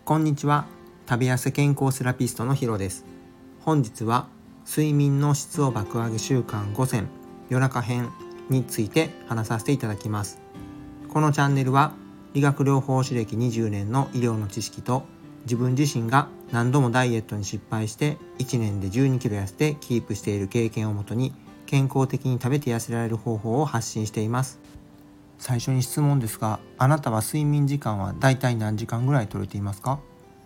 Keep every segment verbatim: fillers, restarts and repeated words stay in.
こんにちは。食べやす健康セラピストのヒロです。本日は睡眠の質を爆上げ習慣ご選夜中編について話させていただきます。このチャンネルは理学療法士歴にじゅうねんの医療の知識と自分自身が何度もダイエットに失敗していちねんでじゅうにキロ痩せてキープしている経験をもとに健康的に食べて痩せられる方法を発信しています。最初に質問ですが、あなたは睡眠時間はだいたい何時間ぐらい取れていますか？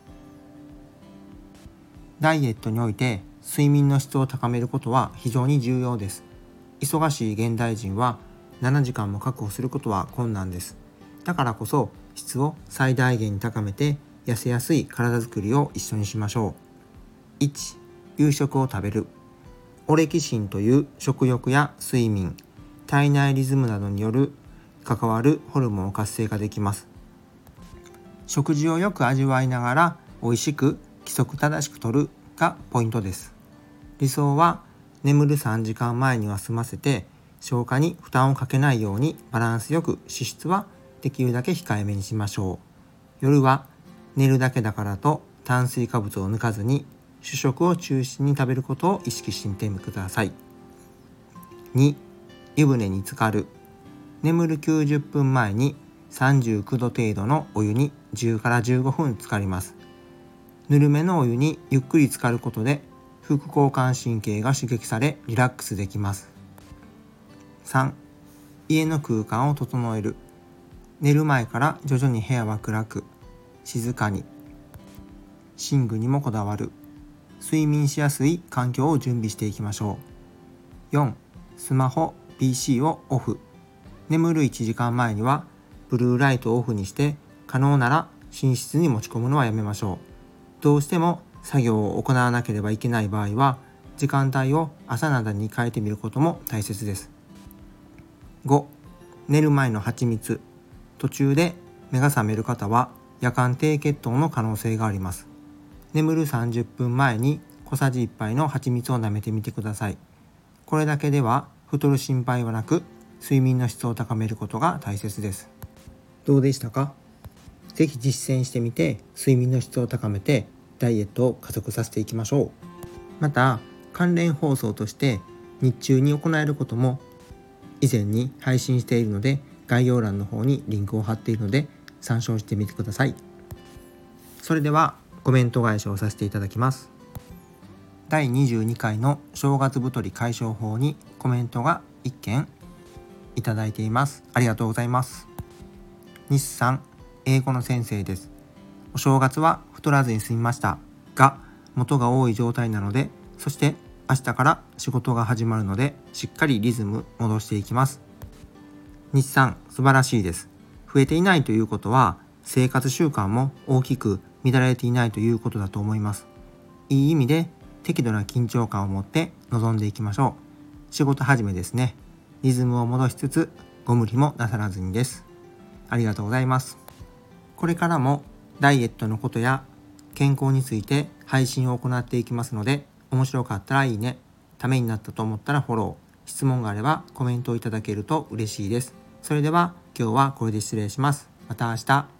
ダイエットにおいて睡眠の質を高めることは非常に重要です。忙しい現代人はななじかんも確保することは困難です。だからこそ質を最大限に高めて痩せやすい体づくりを一緒にしましょう。いち. 夕食を食べる。オレキシンという食欲や睡眠、体内リズムなどによる関わるホルモンを活性化できます。食事をよく味わいながら美味しく規則正しくとるがポイントです。理想は眠るさんじかんまえには済ませて消化に負担をかけないようにバランスよく脂質はできるだけ控えめにしましょう。夜は寝るだけだからと炭水化物を抜かずに主食を中心に食べることを意識してみてください。に. 湯船に浸かる。眠るきゅうじゅっぷんまえにさんじゅうきゅうど程度のお湯にじゅうからじゅうごふん浸かります。ぬるめのお湯にゆっくり浸かることで副交感神経が刺激されリラックスできます。さん. 家の空間を整える。寝る前から徐々に部屋は暗く静かに、寝具にもこだわる。睡眠しやすい環境を準備していきましょう。よん. スマホ、ピーシー をオフ。眠るいちじかんまえにはブルーライトをオフにして可能なら寝室に持ち込むのはやめましょう。どうしても作業を行わなければいけない場合は時間帯を朝などに変えてみることも大切です。ご. 寝る前の蜂蜜。途中で目が覚める方は夜間低血糖の可能性があります。眠るさんじゅっぷんまえに小さじいっぱいの蜂蜜を舐めてみてください。これだけでは太る心配はなく睡眠の質を高めることが大切です。どうでしたか？ぜひ実践してみて睡眠の質を高めてダイエットを加速させていきましょう。また関連放送として日中に行えることも以前に配信しているので概要欄の方にリンクを貼っているので参照してみてください。それではコメント返しをさせていただきます。だいにじゅうにかいの正月太り解消法にコメントがいっけんいただいています。ありがとうございます。日産英語の先生です。お正月は太らずに済みましたが元が多い状態なので、そして明日から仕事が始まるのでしっかりリズム戻していきます。日産素晴らしいです。増えていないということは生活習慣も大きく乱れていないということだと思います。いい意味で適度な緊張感を持って臨んでいきましょう。仕事始めですね。リズムを戻しつつご無理もなさらずにです。ありがとうございます。これからもダイエットのことや健康について配信を行っていきますので、面白かったらいいね、ためになったと思ったらフォロー、質問があればコメントをいただけると嬉しいです。それでは今日はこれで失礼します。また明日。